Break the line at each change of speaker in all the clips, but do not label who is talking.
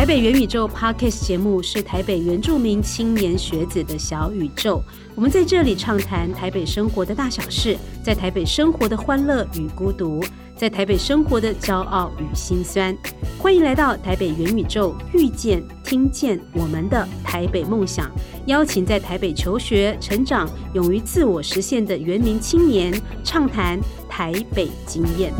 台北元宇宙 Podcast 节目是台北原住民青年学子的小宇宙，我们在这里畅谈台北生活的大小事，在台北生活的欢乐与孤独，在台北生活的骄傲与辛酸。欢迎来到台北元宇宙，遇见听见我们的台北梦想，邀请在台北求学成长勇于自我实现的原民青年，畅谈台北经验。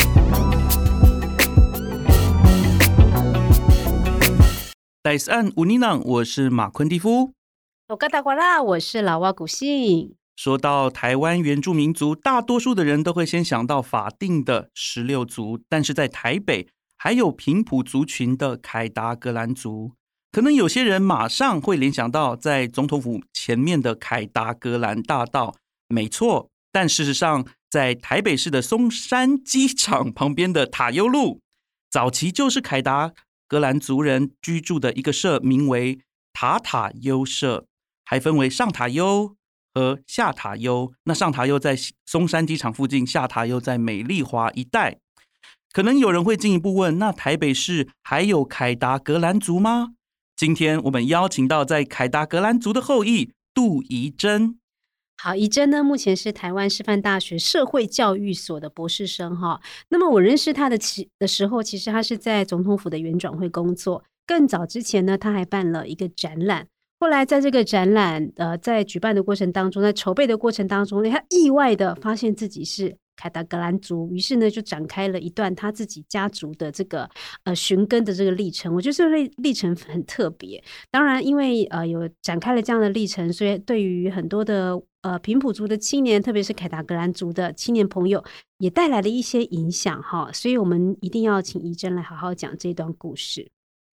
戴斯安乌尼朗，我是马昆蒂夫。
我嘎达瓜拉，我是老蛙古信。
说到台湾原住民族，大多数的人都会先想到法定的16族，但是在台北还有平埔族群的凯达格兰族。可能有些人马上会联想到在总统府前面的凯达格兰大道，没错，但事实上在台北市的松山机场旁边的塔悠路，早期就是凯达格兰族人居住的一个社，名为塔塔悠社，还分为上塔悠和下塔悠。那上塔悠在松山机场附近，下塔悠在美丽华一带。可能有人会进一步问，那台北市还有凯达格兰族吗？今天我们邀请到在凯达格兰族的后裔杜怡珍。
好，怡珍呢，目前是台湾师范大学社会教育所的博士生哈。那么我认识他的时候，其实他是在总统府的原转会工作。更早之前呢，他还办了一个展览。后来在这个展览在举办的过程当中，在筹备的过程当中，他意外的发现自己是凯达格兰族，于是呢就展开了一段他自己家族的这个寻根的这个历程。我觉得这个历程很特别。当然，因为有展开了这样的历程，所以对于很多的平埔族的青年，特别是凯达格兰族的青年朋友，也带来了一些影响哈。所以我们一定要请怡珍来好好讲这段故事。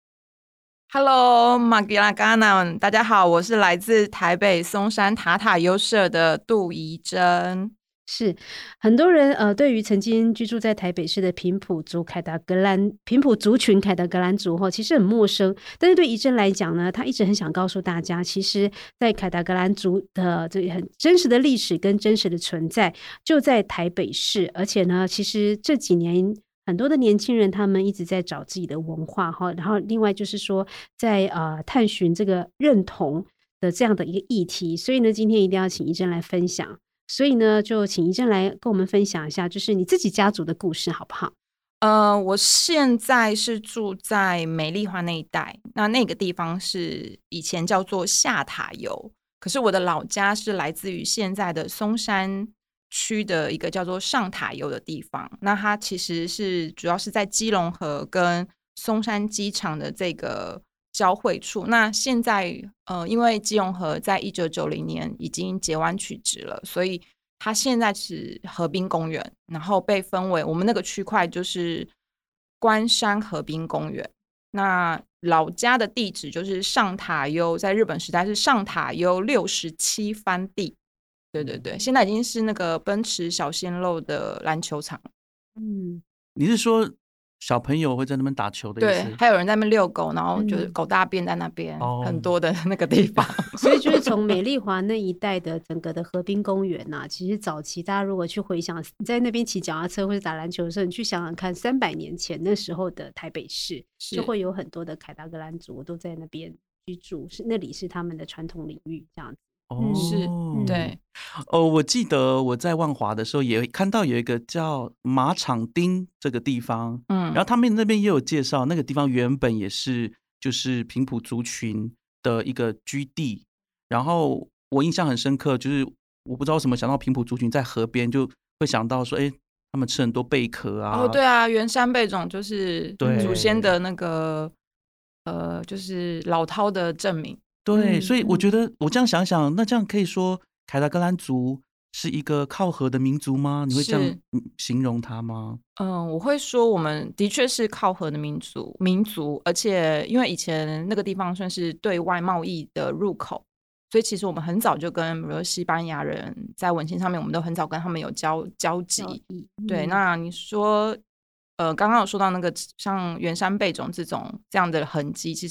Hello， 马吉拉嘎纳，大家好，我是来自台北松山塔塔悠社的杜怡珍。
是很多人对于曾经居住在台北市的平埔族群凯达格兰族其实很陌生，但是对怡珍来讲呢，她一直很想告诉大家，其实在凯达格兰族的这很真实的历史跟真实的存在就在台北市，而且呢，其实这几年很多的年轻人他们一直在找自己的文化，然后另外就是说在探寻这个认同的这样的一个议题，所以呢，今天一定要请怡珍来分享。所以呢，就请怡珍来跟我们分享一下，就是你自己家族的故事，好不好？
我现在是住在美丽华那一带，那个地方是以前叫做下塔悠，可是我的老家是来自于现在的松山区的一个叫做上塔悠的地方。那它其实是主要是在基隆河跟松山机场的这个交汇处。那现在因为基隆河在1990年已经截弯取直了，所以它现在是河滨公园，然后被分为我们那个区块就是关山河滨公园。那老家的地址就是上塔悠，在日本时代是上塔悠67番地。对对对，现在已经是那个奔驰小鲜肉的篮球场。
你是说小朋友会在那边打球的意思？
对，还有人在那边遛狗，然后就是狗大便在那边，很多的那个地方。
所以就是从美丽华那一带的整个的河滨公园其实早期大家如果去回想，你在那边骑脚踏车或者打篮球的时候，你去想想看300年前那时候的台北市，就会有很多的凯达格兰族都在那边居住，那里是他们的传统领域这样子。
是，对。
我记得我在万华的时候也看到有一个叫马场町这个地方，然后他们那边也有介绍，那个地方原本也是就是平埔族群的一个居地。然后我印象很深刻，就是我不知道为什么想到平埔族群在河边，就会想到说，他们吃很多贝壳啊。
对啊，圆山贝种就是祖先的那个就是老饕的证明。
对，所以我觉得我这样想想，那这样可以说凯达格兰族是一个靠河的民族吗？你会这样形容它吗？
我会说我们的确是靠河的民族，而且因为以前那个地方算是对外贸易的入口，所以其实我们很早就跟比如说西班牙人在文献上面，我们都很早跟他们有交集。对，那你说刚刚有说到那个像圆山贝种这样的痕迹，其实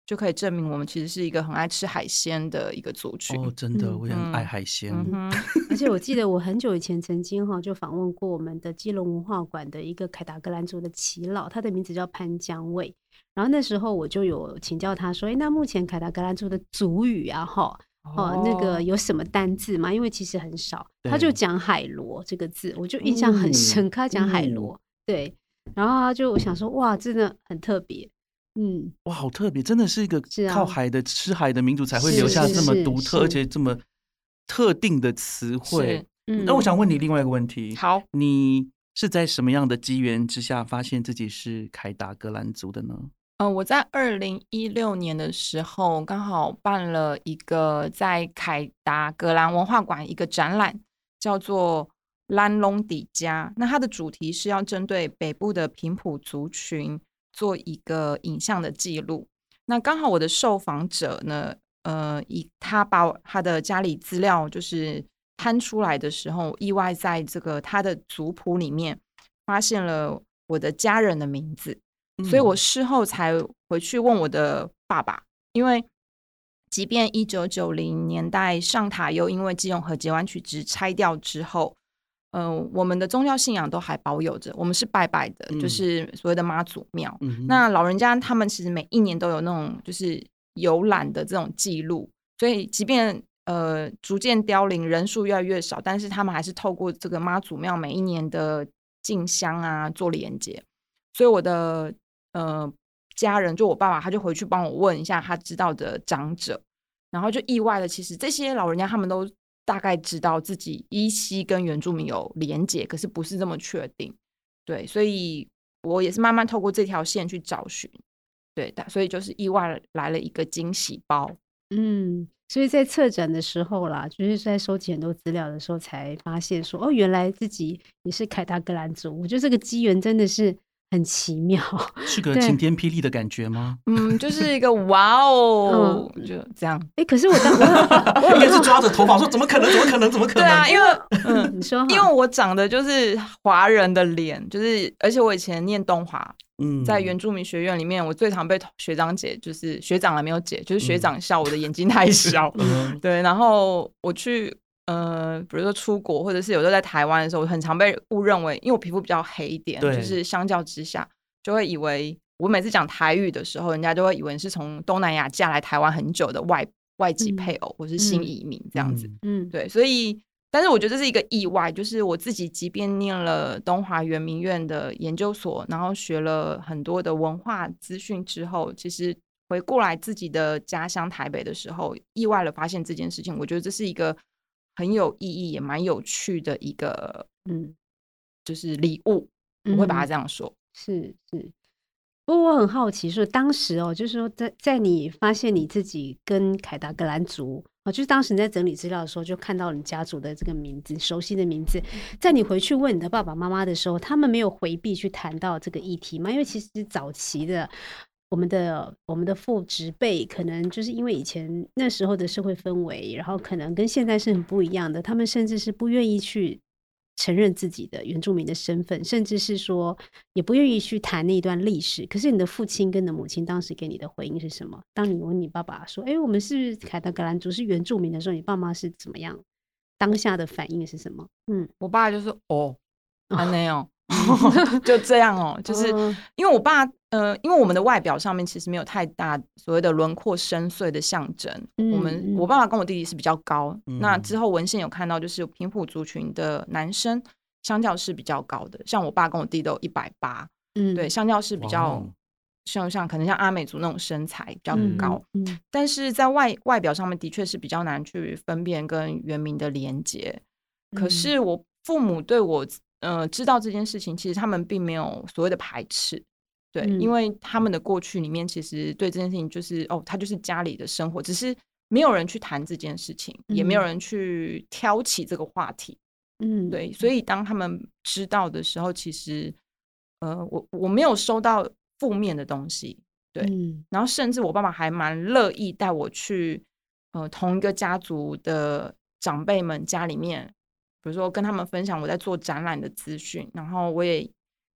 就可以证明我们其实是一个很爱吃海鲜的一个族群。
哦，真的，我也很爱海鲜。
而且我记得我很久以前曾经就访问过我们的基隆文化馆的一个凯达格兰族的耆老，他的名字叫潘江卫。然后那时候我就有请教他说，那目前凯达格兰族的族语啊，那个有什么单字吗？因为其实很少，他就讲海螺这个字，我就印象很深刻，他讲海螺，对。然后我想说，哇，真的很特别。
哇，好特别，真的是一个靠海的吃海的民族才会留下这么独特而且这么特定的词汇。那我想问你另外一个问题，
好，
你是在什么样的机缘之下发现自己是凯达格兰族的呢？
我在2016年的时候刚好办了一个在凯达格兰文化馆一个展览，叫做兰隆底加。那它的主题是要针对北部的平埔族群做一个影像的记录。那刚好我的受访者呢，他把他的家里资料就是摊出来的时候，意外在这个他的族谱里面发现了我的家人的名字。所以我事后才回去问我的爸爸，因为即便1990年代上塔又因为基隆河截弯曲直拆掉之后，我们的宗教信仰都还保有着，我们是拜拜的，就是所谓的妈祖庙。那老人家他们其实每一年都有那种就是游览的这种记录，所以即便逐渐凋零，人数越来越少，但是他们还是透过这个妈祖庙每一年的进香啊做连结。所以我的家人，就我爸爸，他就回去帮我问一下他知道的长者，然后就意外的，其实这些老人家他们都大概知道自己依稀跟原住民有连结，可是不是这么确定。对，所以我也是慢慢透过这条线去找寻，对，所以就是意外来了一个惊喜包。
所以在策展的时候啦，就是在收集很多资料的时候，才发现说，原来自己也是凯达格兰族。我觉得这个机缘真的是很奇妙，
是个晴天霹雳的感觉吗？
就是一个哇哦，就这样。
可是我
应该是抓着头发说怎么可能？对
啊，因为
你说，
因为我长得就是华人的脸，就是而且我以前念东华，在原住民学院里面，我最常被学长姐，就是学长还没有姐，就是学长笑我的眼睛太小。对，然后我去比如说出国，或者是有时候在台湾的时候，我很常被误认为，因为我皮肤比较黑一点，就是相较之下就会以为我每次讲台语的时候，人家就会以为是从东南亚嫁来台湾很久的外籍配偶或是新移民这样子。对，所以但是我觉得这是一个意外，就是我自己即便念了东华原民院的研究所，然后学了很多的文化资讯之后，其实回过来自己的家乡台北的时候，意外的发现这件事情，我觉得这是一个很有意义也蛮有趣的一个就是礼物，我会把它这样说。
是。不过我很好奇说，当时就是说在你发现你自己跟凯达格兰族就是当时你在整理资料的时候，就看到你家族的这个名字，熟悉的名字，在你回去问你的爸爸妈妈的时候，他们没有回避去谈到这个议题吗？因为其实早期的我们的父执辈，可能就是因为以前那时候的社会氛围，然后可能跟现在是很不一样的，他们甚至是不愿意去承认自己的原住民的身份，甚至是说也不愿意去谈那一段历史。可是你的父亲跟你的母亲当时给你的回应是什么？当你问你爸爸说我们是凯达格兰族是原住民的时候，你爸妈是怎么样？当下的反应是什么？
我爸就说没有就这样就是因为我爸因为我们的外表上面其实没有太大所谓的轮廓深邃的象征。我爸爸跟我弟弟是比较高，那之后文献有看到就是平埔族群的男生相较是比较高的，像我爸跟我弟都有180，对，相较是比较像可能像阿美族那种身材比较高，但是在外表上面的确是比较难去分辨跟原民的连结。可是我父母对我知道这件事情，其实他们并没有所谓的排斥，对，因为他们的过去里面其实对这件事情就是他就是家里的生活，只是没有人去谈这件事情，也没有人去挑起这个话题。对，所以当他们知道的时候，其实我没有收到负面的东西，对，然后甚至我爸爸还蛮乐意带我去同一个家族的长辈们家里面，比如说跟他们分享我在做展览的资讯，然后我也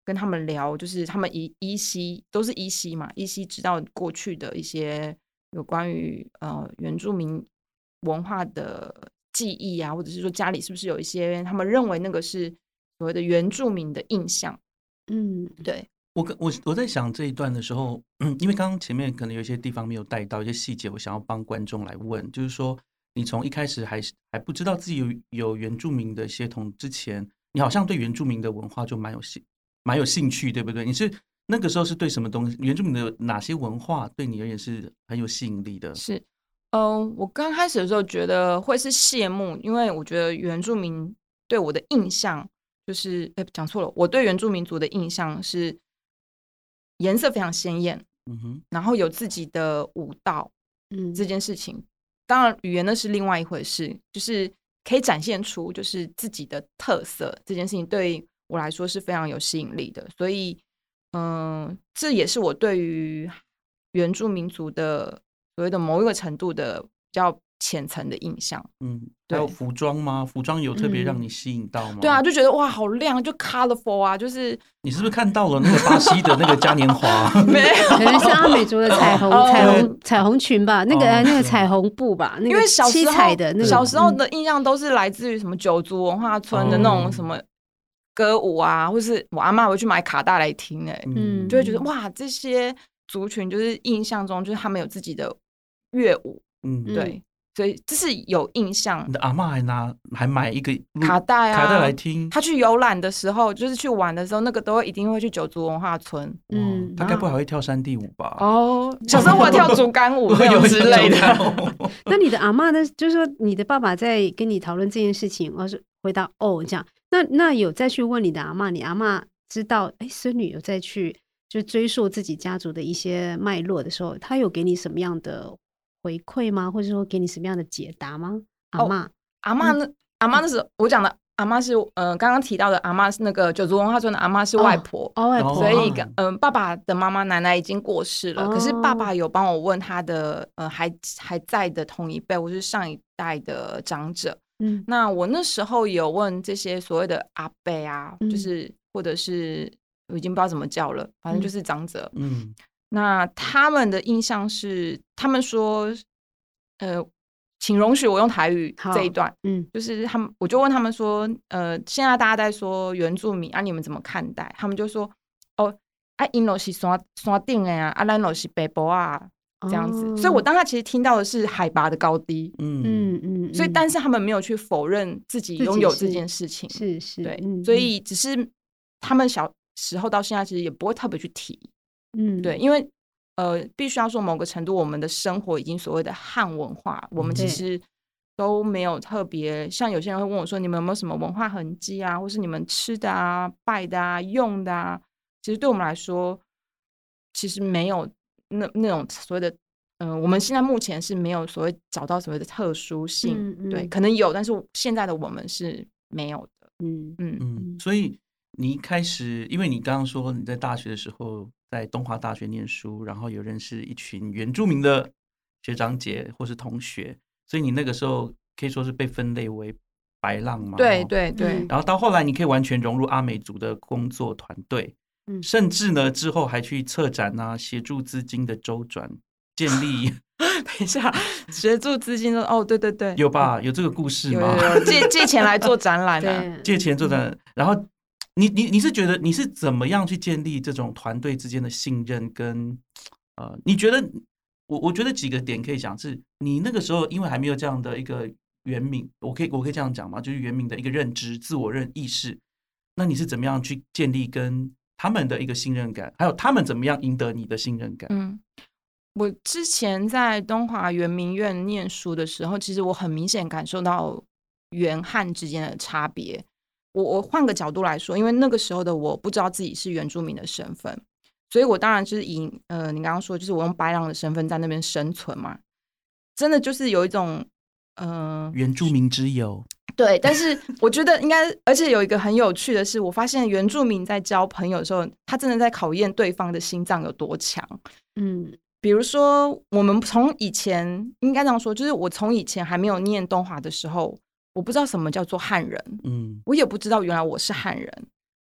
跟他们聊，就是他们依稀都是依稀嘛，依稀知道过去的一些有关于原住民文化的记忆啊，或者是说家里是不是有一些他们认为那个是所谓的原住民的印象。对。
我在想这一段的时候，因为刚刚前面可能有一些地方没有带到一些细节，我想要帮观众来问，就是说你从一开始还不知道自己有原住民的血统之前，你好像对原住民的文化就蛮有兴趣，对不对？你是那个时候是对什么东西，原住民的哪些文化对你而言是很有吸引力的？
是，我刚开始的时候觉得会是羡慕，因为我觉得原住民对我的印象就是，讲错了，我对原住民族的印象是颜色非常鲜艳，然后有自己的舞蹈，这件事情，当然语言那是另外一回事，就是可以展现出就是自己的特色，这件事情对我来说是非常有吸引力的，所以，这也是我对于原住民族的所谓的某一个程度的比较浅层的印象。
还有服装吗？服装有特别让你吸引到吗？
对啊，就觉得哇好亮，就 colorful 啊，就是
你是不是看到了那个巴西的那个嘉年华？
没有，
可能是阿美族的彩虹裙吧，那个彩虹布吧，那个七彩的那个。
小时候的印象都是来自于什么九族文化村的那种什么歌舞啊，或是我阿嬷会去买卡带来听，就会觉得哇，这些族群就是印象中就是他们有自己的乐舞，对。所以这是有印象。
你的阿嬷还买一个
卡带啊，
卡带来听。
他去游览的时候，就是去玩的时候，那个都一定会去九族文化村。
他该不会还会跳山地舞吧？
小时候我跳竹竿舞那种之类的。
那你的阿嬷呢？就是说你的爸爸在跟你讨论这件事情，我是回答这样。那有再去问你的阿嬷，你阿嬷知道孙女有再去就追溯自己家族的一些脉络的时候，她有给你什么样的回馈吗？或者说给你什么样的解答吗？阿嬷
那是我讲的阿嬷是刚刚提到的阿嬷是那个九族文化村的阿嬷是外婆，
外婆，
所以爸爸的妈妈奶奶已经过世了，可是爸爸有帮我问他的还在的同一辈或是上一代的长者，那我那时候有问这些所谓的阿伯啊，就是或者是我已经不知道怎么叫了，反正就是长者，那他们的印象是，他们说，请容许我用台语这一段，就是我就问他们说，现在大家在说原住民啊，你们怎么看待？他们就说，因都是山顶的啊，咱都是北部啊，这样子。所以我当下其实听到的是海拔的高低，所以但是他们没有去否认自己拥有这件事情，
是，
对，所以只是他们小时候到现在其实也不会特别去提。对，因为必须要说某个程度，我们的生活已经所谓的汉文化，我们其实都没有特别像有些人会问我说，你们有没有什么文化痕迹啊，或是你们吃的啊、拜的啊、用的啊，其实对我们来说，其实没有那种所谓的，我们现在目前是没有所谓找到所谓的特殊性，对，可能有，但是现在的我们是没有的，
所以你一开始，因为你刚刚说你在大学的时候在东华大学念书，然后有认识一群原住民的学长姐或是同学，所以你那个时候可以说是被分类为白浪嘛。
对。
然后到后来，你可以完全融入阿美族的工作团队，甚至呢之后还去策展啊，协助资金的周转，建立。
等一下，协助资金对，
有吧？有这个故事吗？
有借钱来做展览啊，
借钱做展览，然后。你是觉得你是怎么样去建立这种团队之间的信任跟你觉得我觉得几个点可以讲，是你那个时候因为还没有这样的一个原民，我可以这样讲吗？就是原民的一个认知、自我意识，那你是怎么样去建立跟他们的一个信任感，还有他们怎么样赢得你的信任感？
我之前在东华原民院念书的时候，其实我很明显感受到原汉之间的差别。我换个角度来说，因为那个时候的我不知道自己是原住民的身份，所以我当然就是以你刚刚说，就是我用白浪的身份在那边生存嘛，真的就是有一种
原住民之友。
对，但是我觉得应该，而且有一个很有趣的是，我发现原住民在交朋友的时候，他真的在考验对方的心脏有多强。比如说我们从以前应该这样说，就是我从以前还没有念东华的时候，我不知道什么叫做汉人，我也不知道原来我是汉人，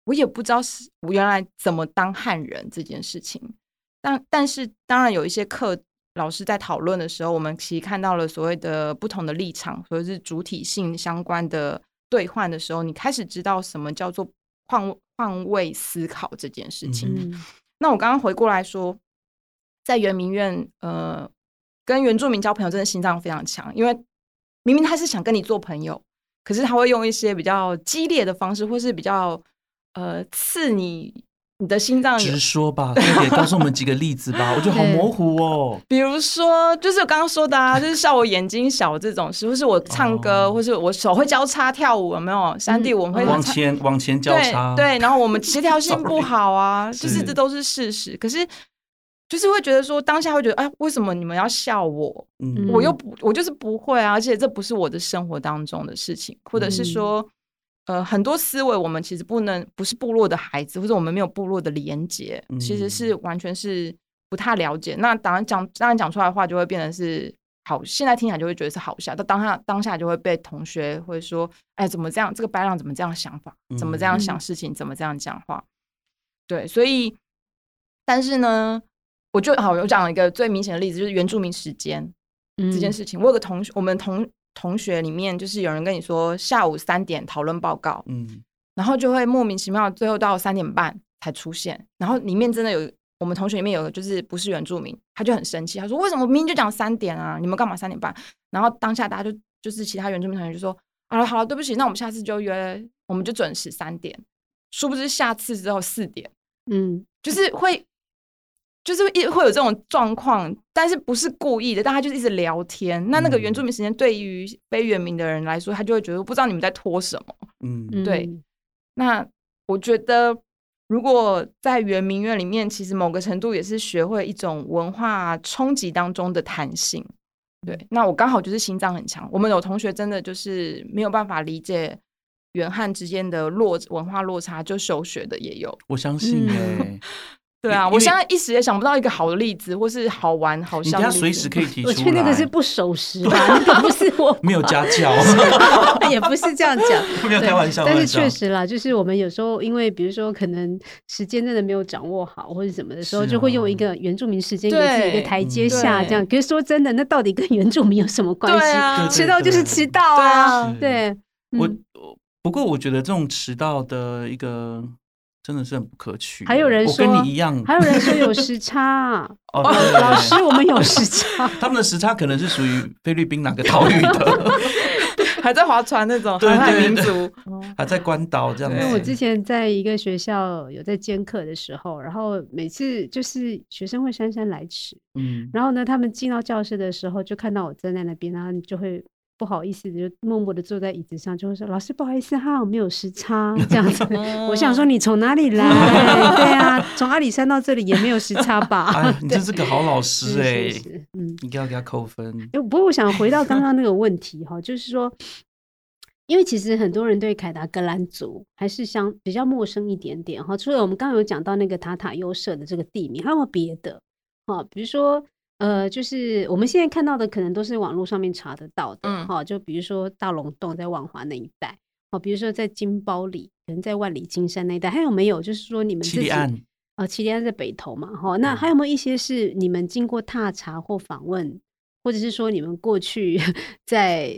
我也不知道是我原来怎么当汉人这件事情。但是当然有一些课老师在讨论的时候，我们其实看到了所谓的不同的立场，所谓是主体性相关的兑换的时候，你开始知道什么叫做换位思考这件事情。那我刚刚回过来说，在原民院跟原住民交朋友真的心脏非常强，因为明明他是想跟你做朋友，可是他会用一些比较激烈的方式，或是比较刺你的心脏。
直说吧，快点告诉我们几个例子吧，我觉得好模糊哦。
比如说就是我刚刚说的啊，就是笑我眼睛小这种事，或是我唱歌，或是我手会交叉跳舞，有没有山地我们会
往前交叉，
对，然后我们协调性不好啊就是这都是事实。可是就是会觉得说当下会觉得为什么你们要笑我？我就是不会啊，而且这不是我的生活当中的事情，或者是说很多思维我们其实不是部落的孩子，或者我们没有部落的连结，其实是完全是不太了解。那当然讲出来的话就会变成是好，现在听起来就会觉得是好笑，但当下就会被同学会说怎么这样，这个白浪怎么这样想法，怎么这样想事情，怎么这样讲话。对，所以但是呢我讲一个最明显的例子，就是原住民时间这件事情。我有个我们同学里面就是有人跟你说下午3点讨论报告，然后就会莫名其妙最后到3点半才出现，然后里面真的有我们同学里面有个就是不是原住民，他就很生气，他说为什么明明就讲3点啊，你们干嘛3点半？然后当下大家就是其他原住民同学就说好了对不起，那我们下次就约，我们就准时3点。殊不知下次之后4点，就是会有这种状况，但是不是故意的，但他就是一直聊天。那个原住民时间对于非原民的人来说，他就会觉得不知道你们在拖什么。对。那我觉得如果在原民院里面，其实某个程度也是学会一种文化冲击当中的弹性。对，那我刚好就是心脏很强，我们有同学真的就是没有办法理解原汉之间的文化落差，就休学的也有。
我相信
对啊，我现在一时也想不到一个好的例子，或是好玩好笑的例子。
你随时可以提出来。
我觉得那个是不守时吧，那个不是我
没有家教，
也不是这样讲，
没有开玩笑。
但是确实啦，就是我们有时候因为比如说可能时间真的没有掌握好或者什么的时候，就会用一个原住民时间给自己一个台阶下，这样。可是说真的，那到底跟原住民有什么关系？迟到就是迟到啊，对。
不过我觉得这种迟到的一个。真的是很不可取。
还有人说，
我跟你一样，
还有人说有时差。老师，我们有时差。
他们的时差可能是属于菲律宾哪个岛屿的，
还在划船那种航海民族，
还在关岛这样子。
因为我之前在一个学校有在兼课的时候，然后每次就是学生会姗姗来迟，然后呢，他们进到教室的时候就看到我站在那边，然后就会。不好意思，就默默的坐在椅子上，就会说：“老师，不好意思哈，我们有时差。”这样子，我想说你从哪里来？对啊，从阿里山到这里也没有时差吧？
你真是个好老师你要给他扣分。
不过我想回到刚刚那个问题哈，就是说，因为其实很多人对凯达格兰族还是比较陌生一点点哈。除了我们刚刚有讲到那个塔塔优社的这个地名，还有没有别的？比如说。就是我们现在看到的可能都是网络上面查得到的，就比如说大龙洞在万华那一带，比如说在金包里，可能在万里金山那一带，还有没有就是说你们自己七里岸在北投嘛，那还有没有一些是你们经过踏查或访问，或者是说你们过去在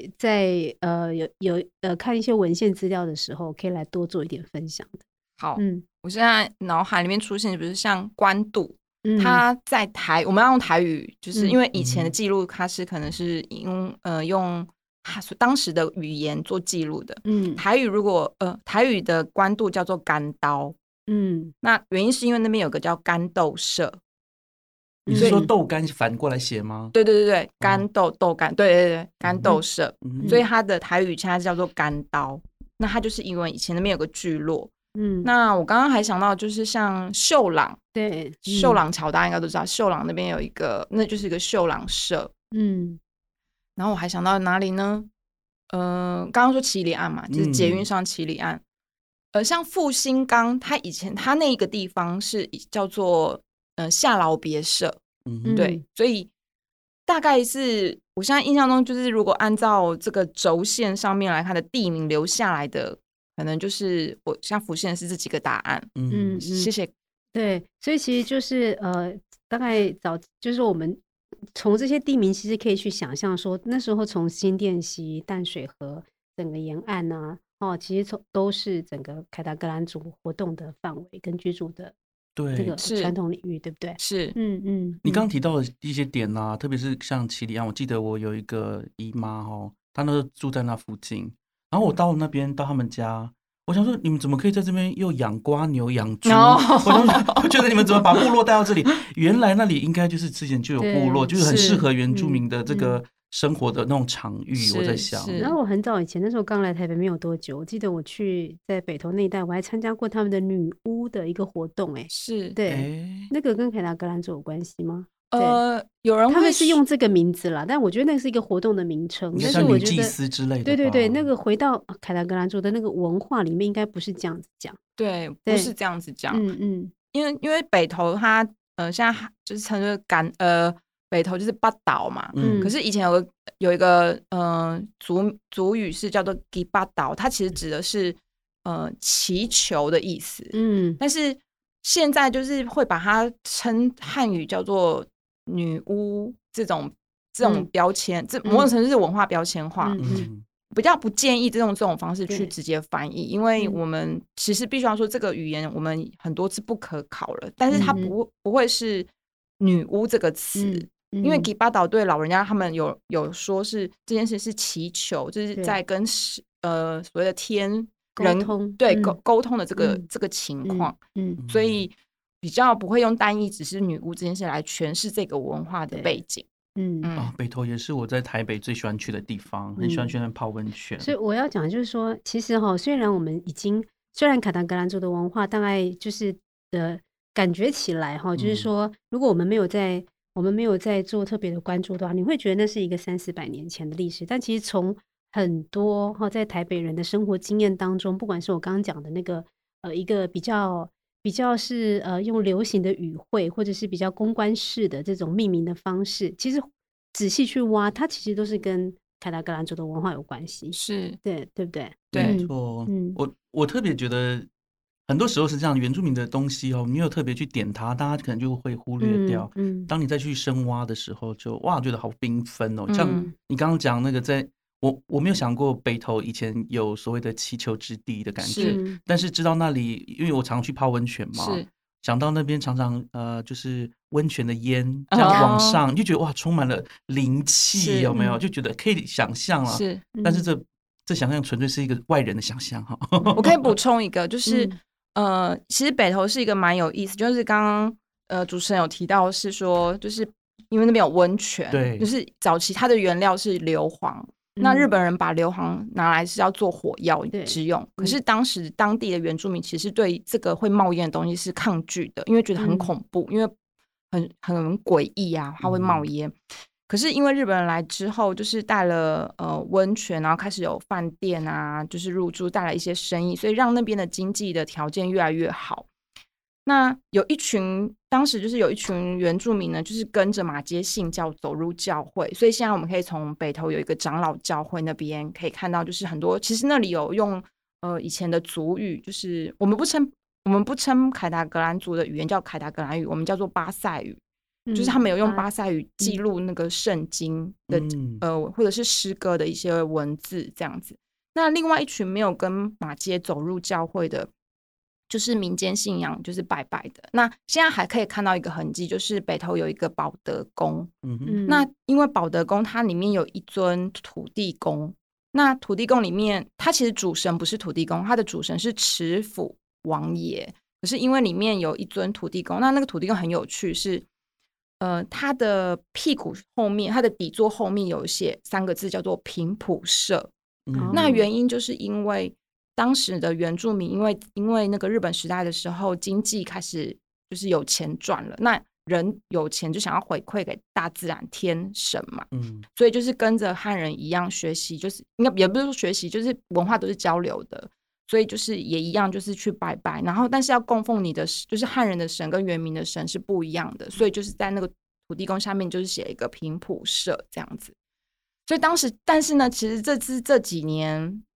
看一些文献资料的时候，可以来多做一点分享的？
好，我现在脑海里面出现，比如像关渡。他在我们要用台语，就是因为以前的记录，它是可能是用当时的语言做记录的。台语台语的关渡叫做干刀，那原因是因为那边有个叫干豆社。
你是说豆干反过来写吗？
对，干豆干，对，干豆社，所以它的台语现在叫做干刀。那它就是因为以前那边有个聚落。那我刚刚还想到就是像秀朗，
对，
秀朗桥大家应该都知道，秀朗那边有一个，那就是一个秀朗社。然后我还想到哪里呢？刚刚说七里岸嘛，就是捷运上七里岸。像复兴岗，它以前它那个地方是叫做夏劳别社，对，所以大概是我现在印象中就是如果按照这个轴线上面来看的地名留下来的。 可能就是我现在浮现的是这几个答案。谢谢。
对，所以其实就是大概就是我们从这些地名其实可以去想象说，那时候从新店溪、淡水河整个沿岸啊，其实都是整个凯达格兰族活动的范围跟居住的这个传统领域，对不对？
是，
你刚刚提到的一些点啊，特别是像奇里岸，我记得我有一个姨妈她那时候住在那附近，然后我到那边到他们家，我想说你们怎么可以在这边又养瓜牛养猪？我觉得你们怎么把部落带到这里？原来那里应该就是之前就有部落，就是很适合原住民的这个生活的那种场域。我在想，
然后我很早以前那时候刚来台北没有多久，我记得我去在北投那一带，我还参加过他们的女巫的一个活动。
是
对，那个跟凯达格兰族有关系吗？
有人会
他们是用这个名字啦，但我觉得那是一个活动的名称，但是我觉得
祭司之类的。
对对对，那个回到凯达格兰族的那个文化里面，应该不是这样子讲。
对，不是这样子讲。因为北投它现在就是称作北投就是八岛嘛。可是以前有一个族语是叫做吉巴岛，它其实指的是祈求的意思。但是现在就是会把它称汉语叫做女巫这种标签，这某种程度是文化标签化。比较不建议这种方式去直接翻译，因为我们其实必须要说这个语言我们很多次不可考了，但是它不会是女巫这个词。因为吉巴岛对老人家他们有说是这件事是祈求，就是在跟所谓的天人沟通的这个情况。所以比较不会用单一只是女巫这件事来诠释这个文化的背景。
北投也是我在台北最喜欢去的地方，很喜欢去那泡温泉。
所以我要讲就是说，其实虽然我们虽然凯达格兰族的文化大概就是感觉起来就是说，如果我们没有在做特别的关注的话，你会觉得那是一个300-400年前的历史。但其实从很多在台北人的生活经验当中，不管是我刚刚讲的那个一个比较是用流行的语汇，或者是比较公关式的这种命名的方式，其实仔细去挖，它其实都是跟凯达格兰族的文化有关系。
是，
对不对？
没错。我特别觉得很多时候是这样，原住民的东西你有特别去点它，大家可能就会忽略掉。当你再去深挖的时候，就觉得好缤纷像你刚刚讲那个我没有想过北投以前有所谓的祈求之地的感觉，但是知道那里，因为我常去泡温泉嘛，想到那边常常就是温泉的烟这样往上，你就觉得哇，充满了灵气，有没有？就觉得可以想象了。但是这想象纯粹是一个外人的想象哈。
我可以补充一个，就是其实北投是一个蛮有意思，就是刚刚主持人有提到是说，就是因为那边有温泉，
对，
就是早期它的原料是硫磺。那日本人把硫磺拿来是要做火药之用，可是当时当地的原住民其实对这个会冒烟的东西是抗拒的，因为觉得很恐怖，因为很诡异啊，它会冒烟。可是因为日本人来之后，就是带了温泉，然后开始有饭店啊，就是入驻，带来一些生意，所以让那边的经济的条件越来越好。那当时就是有一群原住民呢，就是跟着马偕信教走入教会，所以现在我们可以从北投有一个长老教会那边可以看到，就是很多其实那里有用以前的族语，就是我们不称凯达格兰族的语言叫凯达格兰语，我们叫做巴塞语，就是他们有用巴塞语记录那个圣经的或者是诗歌的一些文字这样子。那另外一群没有跟马偕走入教会的，就是民间信仰，就是拜拜的。那现在还可以看到一个痕迹，就是北投有一个保德宫。那因为保德宫它里面有一尊土地公，那土地公里面它其实主神不是土地公，它的主神是池府王爷。可是因为里面有一尊土地公，那个土地公很有趣，是他的屁股后面，他的底座后面有写3个字叫做平埔社。那原因就是因为当时的原住民因为那个日本时代的时候经济开始就是有钱赚了，那人有钱就想要回馈给大自然天神嘛，所以就是跟着汉人一样学习，就是应该也不是说学习，就是文化都是交流的，所以就是也一样就是去拜拜，然后但是要供奉你的就是汉人的神跟原民的神是不一样的，所以就是在那个土地公下面就是写一个平埔社这样子。所以当时但是呢其实这几年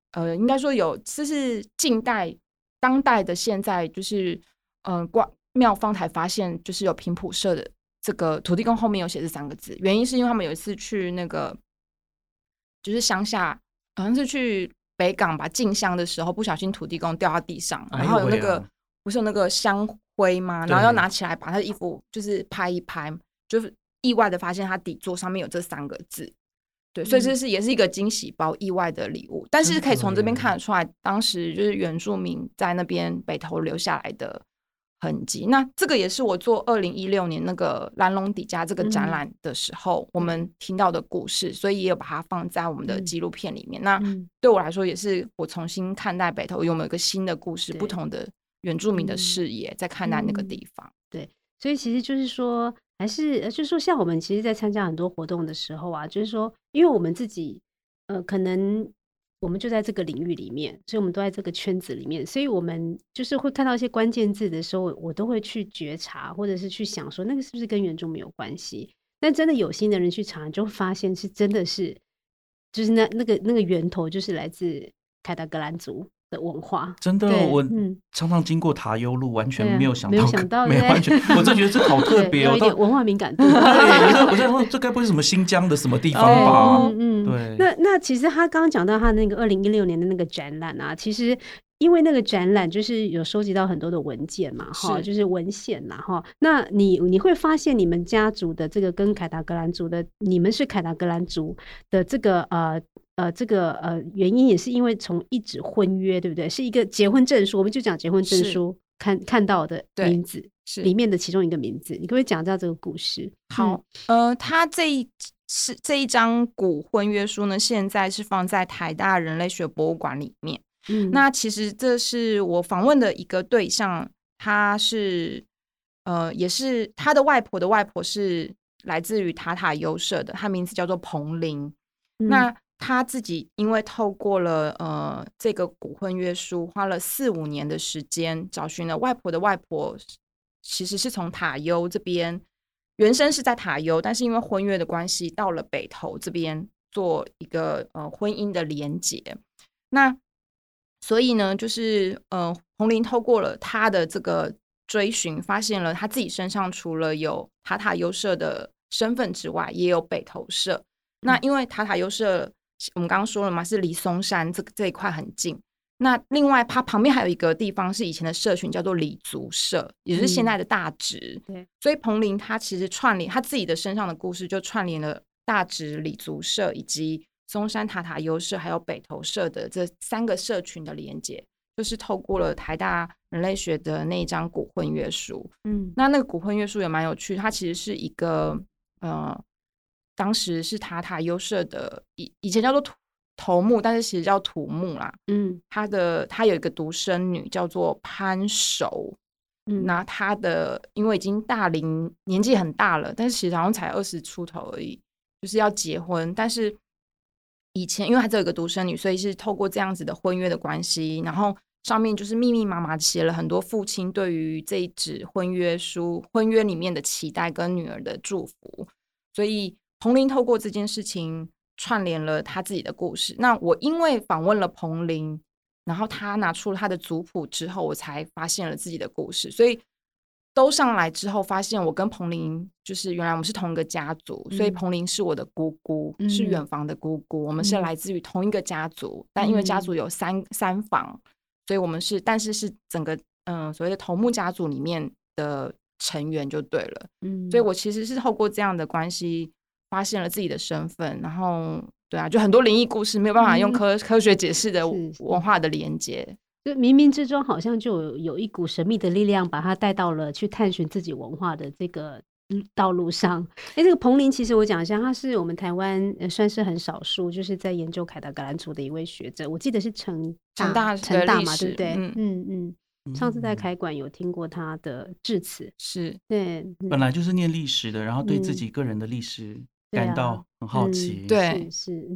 应该说这是近代当代的现在就是庙方才发现就是有平埔社的这个土地公后面有写这3个字，原因是因为他们有一次去那个就是乡下，好像是去北港吧进香的时候，不小心土地公掉到地上，然后有那个不是有那个香灰吗？然后要拿起来把他的衣服就是拍一拍，就是意外的发现他底座上面有这3个字。对，所以这也是一个惊喜包，意外的礼物。但是可以从这边看得出来，当时就是原住民在那边北投留下来的痕迹。那这个也是我做2016年那个蓝龙底家这个展览的时候，我们听到的故事，所以也有把它放在我们的纪录片里面。那对我来说，也是我重新看待北投，有没有一个新的故事，不同的原住民的视野在看待那个地方。
对，所以其实就是说，还是就是说，像我们其实，在参加很多活动的时候啊，就是说，因为我们自己可能我们就在这个领域里面，所以我们都在这个圈子里面，所以我们就是会看到一些关键字的时候，我都会去觉察，或者是去想说，那个是不是跟原住民有关系？但真的有心的人去查，就会发现是真的是，就是那个源头就是来自凯达格兰族的文化。
真的，我常常经过塔悠路，完全没有想到，
没
完全，我真觉得这好特别哦，
有一点文化敏感度。
对，我在说这该不会是什么新疆的什么地方吧？对。
那其实他刚刚讲到他那个2016年的那个展览啊，其实因为那个展览就是有收集到很多的文件嘛，就是文献啦哈。那你会发现你们家族的这个跟凯达格兰族的，你们是凯达格兰族的这个原因也是因为从一纸婚约，对不对？是一个结婚证书，我们就讲结婚证书看到的名字是里面的其中一个名字，你可不可以讲到这个故事？
好，他这一张古婚约书呢，现在是放在台大人类学博物馆里面。那其实这是我访问的一个对象，他是也是他的外婆的外婆是来自于塔塔优社的，他名字叫做彭玲。那他自己因为透过了这个古婚约书，花了4-5年的时间找寻了外婆的外婆，其实是从塔悠这边，原生是在塔悠，但是因为婚约的关系，到了北投这边做一个婚姻的连结。那所以呢，就是彭玲透过了他的这个追寻，发现了他自己身上除了有塔塔优社的身份之外，也有北投社。那因为塔塔优社我们刚刚说了嘛，是离松山这一块很近。那另外它旁边还有一个地方是以前的社群，叫做李族社，也就是现在的大直。所以彭玲他其实串联他自己的身上的故事，就串联了大直李族社以及松山塔塔优社还有北投社的这3个社群的连结，就是透过了台大人类学的那一张古婚约书。那个古婚约书也蛮有趣，它其实是一个当时是塔塔优社的以前叫做头目，但是其实叫土木啦。他有一个独生女叫做潘守。那他的因为已经大龄，年纪很大了，但是其实好像才20出头而已，就是要结婚。但是以前因为他只有一个独生女，所以是透过这样子的婚约的关系，然后上面就是密密麻麻写了很多父亲对于这一纸婚约书婚约里面的期待跟女儿的祝福。所以彭玲透过这件事情串联了他自己的故事。那我因为访问了彭玲，然后他拿出了他的族谱之后，我才发现了自己的故事。所以都上来之后，发现我跟彭玲就是原来我们是同一个家族，所以彭玲是我的姑姑，是远房的姑姑，我们是来自于同一个家族，但因为家族有三房，所以我们是，但是是整个所谓的头目家族里面的成员就对了。所以我其实是透过这样的关系发现了自己的身份，然后对啊，就很多灵异故事没有办法用科学解释的文化的连接，
就冥冥之中好像就有一股神秘的力量把他带到了去探寻自己文化的这个道路上。这个彭玲其实我讲一下，他是我们台湾算是很少数就是在研究凯达格兰族的一位学者，我记得是成大嘛，对不对？上次在开馆有听过他的致辞，
是
对，
本来就是念历史的，然后对自己个人的历史感到很好奇。
对，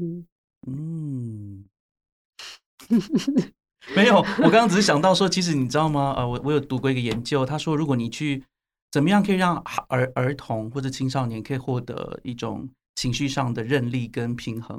没有，我刚刚只是想到说，其实你知道吗？我有读过一个研究，他说如果你去怎么样可以让儿童或者青少年可以获得一种情绪上的韧力跟平衡，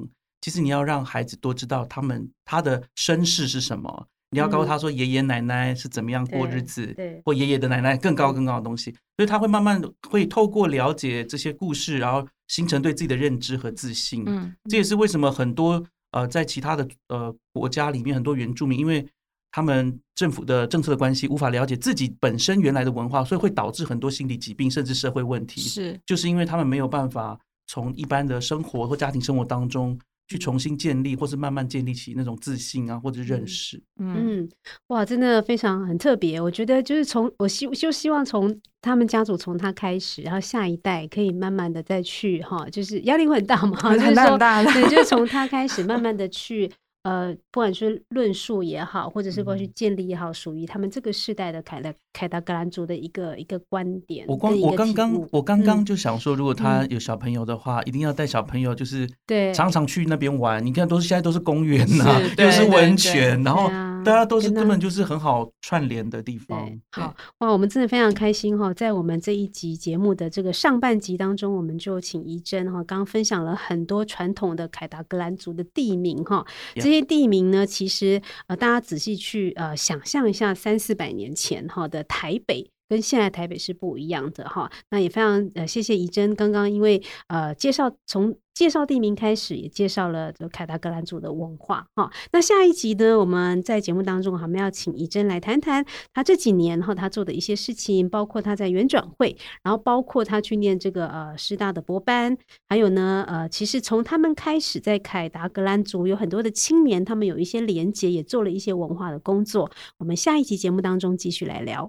其实你要让孩子多知道他的身世是什么，你要告诉他说爷爷奶奶是怎么样过日子，或爷爷的奶奶更高的东西，所以他会慢慢会透过了解这些故事，然后形成对自己的认知和自信。这也是为什么很多在其他的国家里面，很多原住民因为他们政府的政策的关系，无法了解自己本身原来的文化，所以会导致很多心理疾病甚至社会问题，就是因为他们没有办法从一般的生活或家庭生活当中去重新建立，或是慢慢建立起那种自信啊，或者认识。
哇，真的非常很特别。我觉得就是我希望从他们家族从他开始，然后下一代可以慢慢的再去就是压力会很大嘛，
很大很大的，
对，就是从他开始慢慢的去不管是论述也好，或者是过去建立也好，属于他们这个世代的凯达格兰族的一个观点。我
刚刚就想说，如果他有小朋友的话，一定要带小朋友，就是常常去那边玩。你看，现在都是公园啊，又是温泉，然后大家都是根本就是很好串联的地方。
好哇，我们真的非常开心在我们这一集节目的这个上半集当中，我们就请怡珍刚刚分享了很多传统的凯达格兰族的地名这些地名呢，其实大家仔细去想象一下，300-400年前的台北跟现在台北是不一样的那也非常谢谢怡珍刚刚因为从介绍地名开始，也介绍了凯达格兰族的文化那下一集呢，我们在节目当中我们要请怡珍来谈谈他这几年他做的一些事情，包括他在原转会，然后包括他去念这个师大的博班，还有呢其实从他们开始在凯达格兰族有很多的青年，他们有一些连结，也做了一些文化的工作。我们下一集节目当中继续来聊。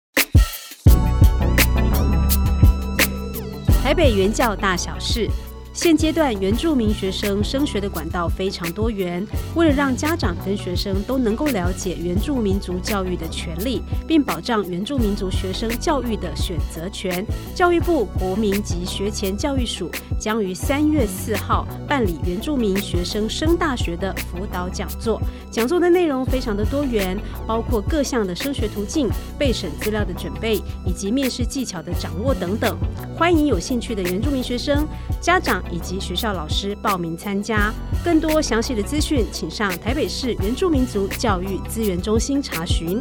台北原教大小事，现阶段原住民学生升学的管道非常多元，为了让家长跟学生都能够了解原住民族教育的权利，并保障原住民族学生教育的选择权，教育部国民及学前教育署将于3月4号办理原住民学生升大学的辅导讲座。讲座的内容非常的多元，包括各项的升学途径、备审资料的准备，以及面试技巧的掌握等等。欢迎有兴趣的原住民学生、家长以及学校老师报名参加。更多详细的资讯，请上台北市原住民族教育资源中心查询。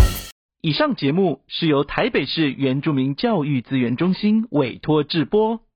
以上节目是由台北市原住民教育资源中心委托制播。